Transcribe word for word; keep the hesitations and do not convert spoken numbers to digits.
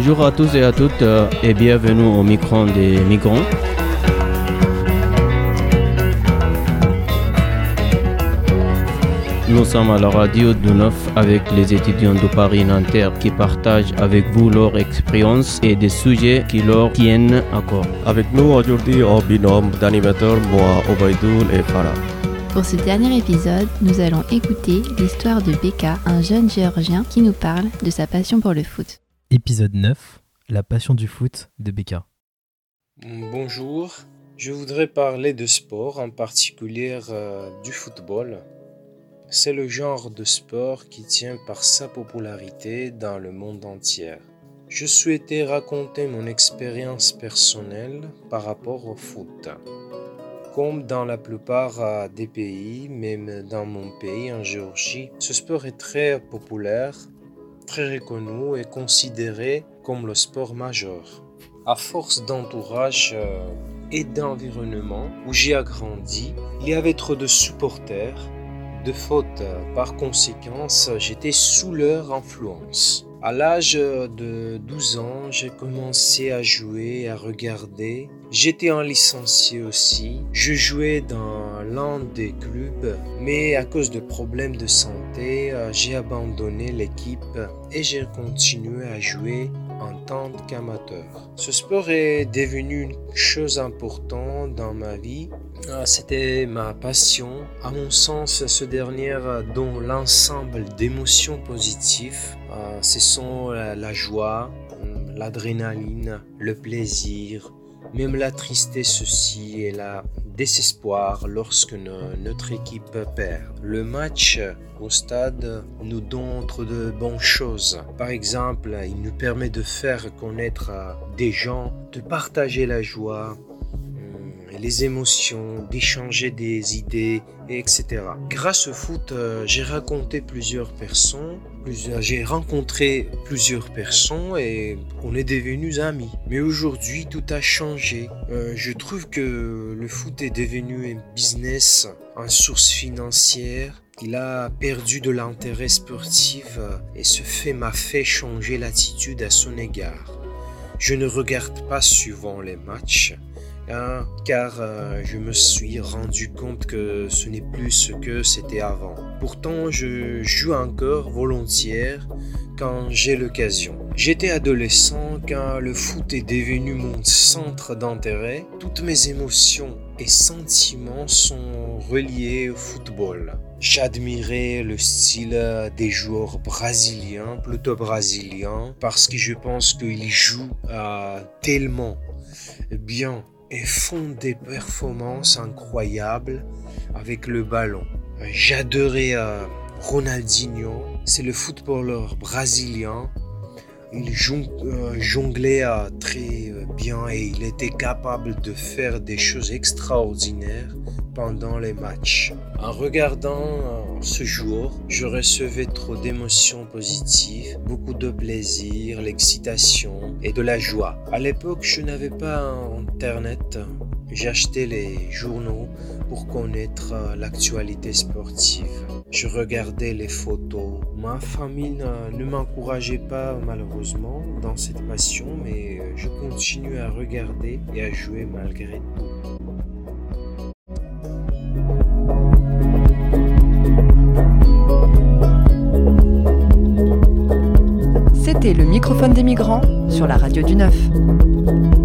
Bonjour à tous et à toutes euh, et bienvenue au micro des migrants. Nous sommes à la radio du neuf avec les étudiants de Paris-Nanterre qui partagent avec vous leur expérience et des sujets qui leur tiennent à cœur. Avec nous aujourd'hui au binôme d'animateurs, moi, Obaïdoul et Farah. Pour ce dernier épisode, nous allons écouter l'histoire de Beka, un jeune géorgien qui nous parle de sa passion pour le foot. Épisode neuf, la passion du foot de Beka. Bonjour, je voudrais parler de sport, en particulier euh, du football. C'est le genre de sport qui tient par sa popularité dans le monde entier. Je souhaitais raconter mon expérience personnelle par rapport au foot. Comme dans la plupart des pays, même dans mon pays, en Géorgie, ce sport est très populaire, très reconnu et considéré comme le sport majeur. À force d'entourage et d'environnement où j'ai grandi, il y avait trop de supporters, de faute. Par conséquent, j'étais sous leur influence. À l'âge de douze ans, j'ai commencé à jouer, à regarder. J'étais un licencié aussi. Je jouais dans l'un des clubs, mais à cause de problèmes de santé, j'ai abandonné l'équipe et j'ai continué à jouer en tant qu'amateur. Ce sport est devenu une chose importante dans ma vie. C'était ma passion. À mon sens, ce dernier dont l'ensemble d'émotions positives, ce sont la joie, l'adrénaline, le plaisir, même la tristesse aussi et la désespoir lorsque notre équipe perd. Le match au stade nous donne de bonnes choses. Par exemple, il nous permet de faire connaître des gens, de partager la joie, les émotions, d'échanger des idées, et cetera. Grâce au foot, j'ai rencontré plusieurs personnes, plusieurs, j'ai rencontré plusieurs personnes et on est devenus amis. Mais aujourd'hui, tout a changé. Euh, je trouve que le foot est devenu un business, une source financière. Il a perdu de l'intérêt sportif et ce fait m'a fait changer l'attitude à son égard. Je ne regarde pas souvent les matchs. Hein, car euh, je me suis rendu compte que ce n'est plus ce que c'était avant. Pourtant, je joue encore volontiers quand j'ai l'occasion. J'étais adolescent quand le foot est devenu mon centre d'intérêt. Toutes mes émotions et sentiments sont reliés au football. J'admirais le style des joueurs brésiliens, plutôt brésiliens, parce que je pense qu'ils jouent euh, tellement bien et font des performances incroyables avec le ballon. J'adorais euh, Ronaldinho, c'est le footballeur brésilien. Il jong- euh, jonglait euh, très bien et il était capable de faire des choses extraordinaires pendant les matchs. En regardant euh, ce joueur, je recevais trop d'émotions positives, beaucoup de plaisir, l'excitation et de la joie. À l'époque, je n'avais pas Internet. J'achetais les journaux pour connaître l'actualité sportive. Je regardais les photos. Ma famille ne, ne m'encourageait pas malheureusement dans cette passion, mais je continuais à regarder et à jouer malgré tout. C'était le microphone des migrants sur la radio du neuf.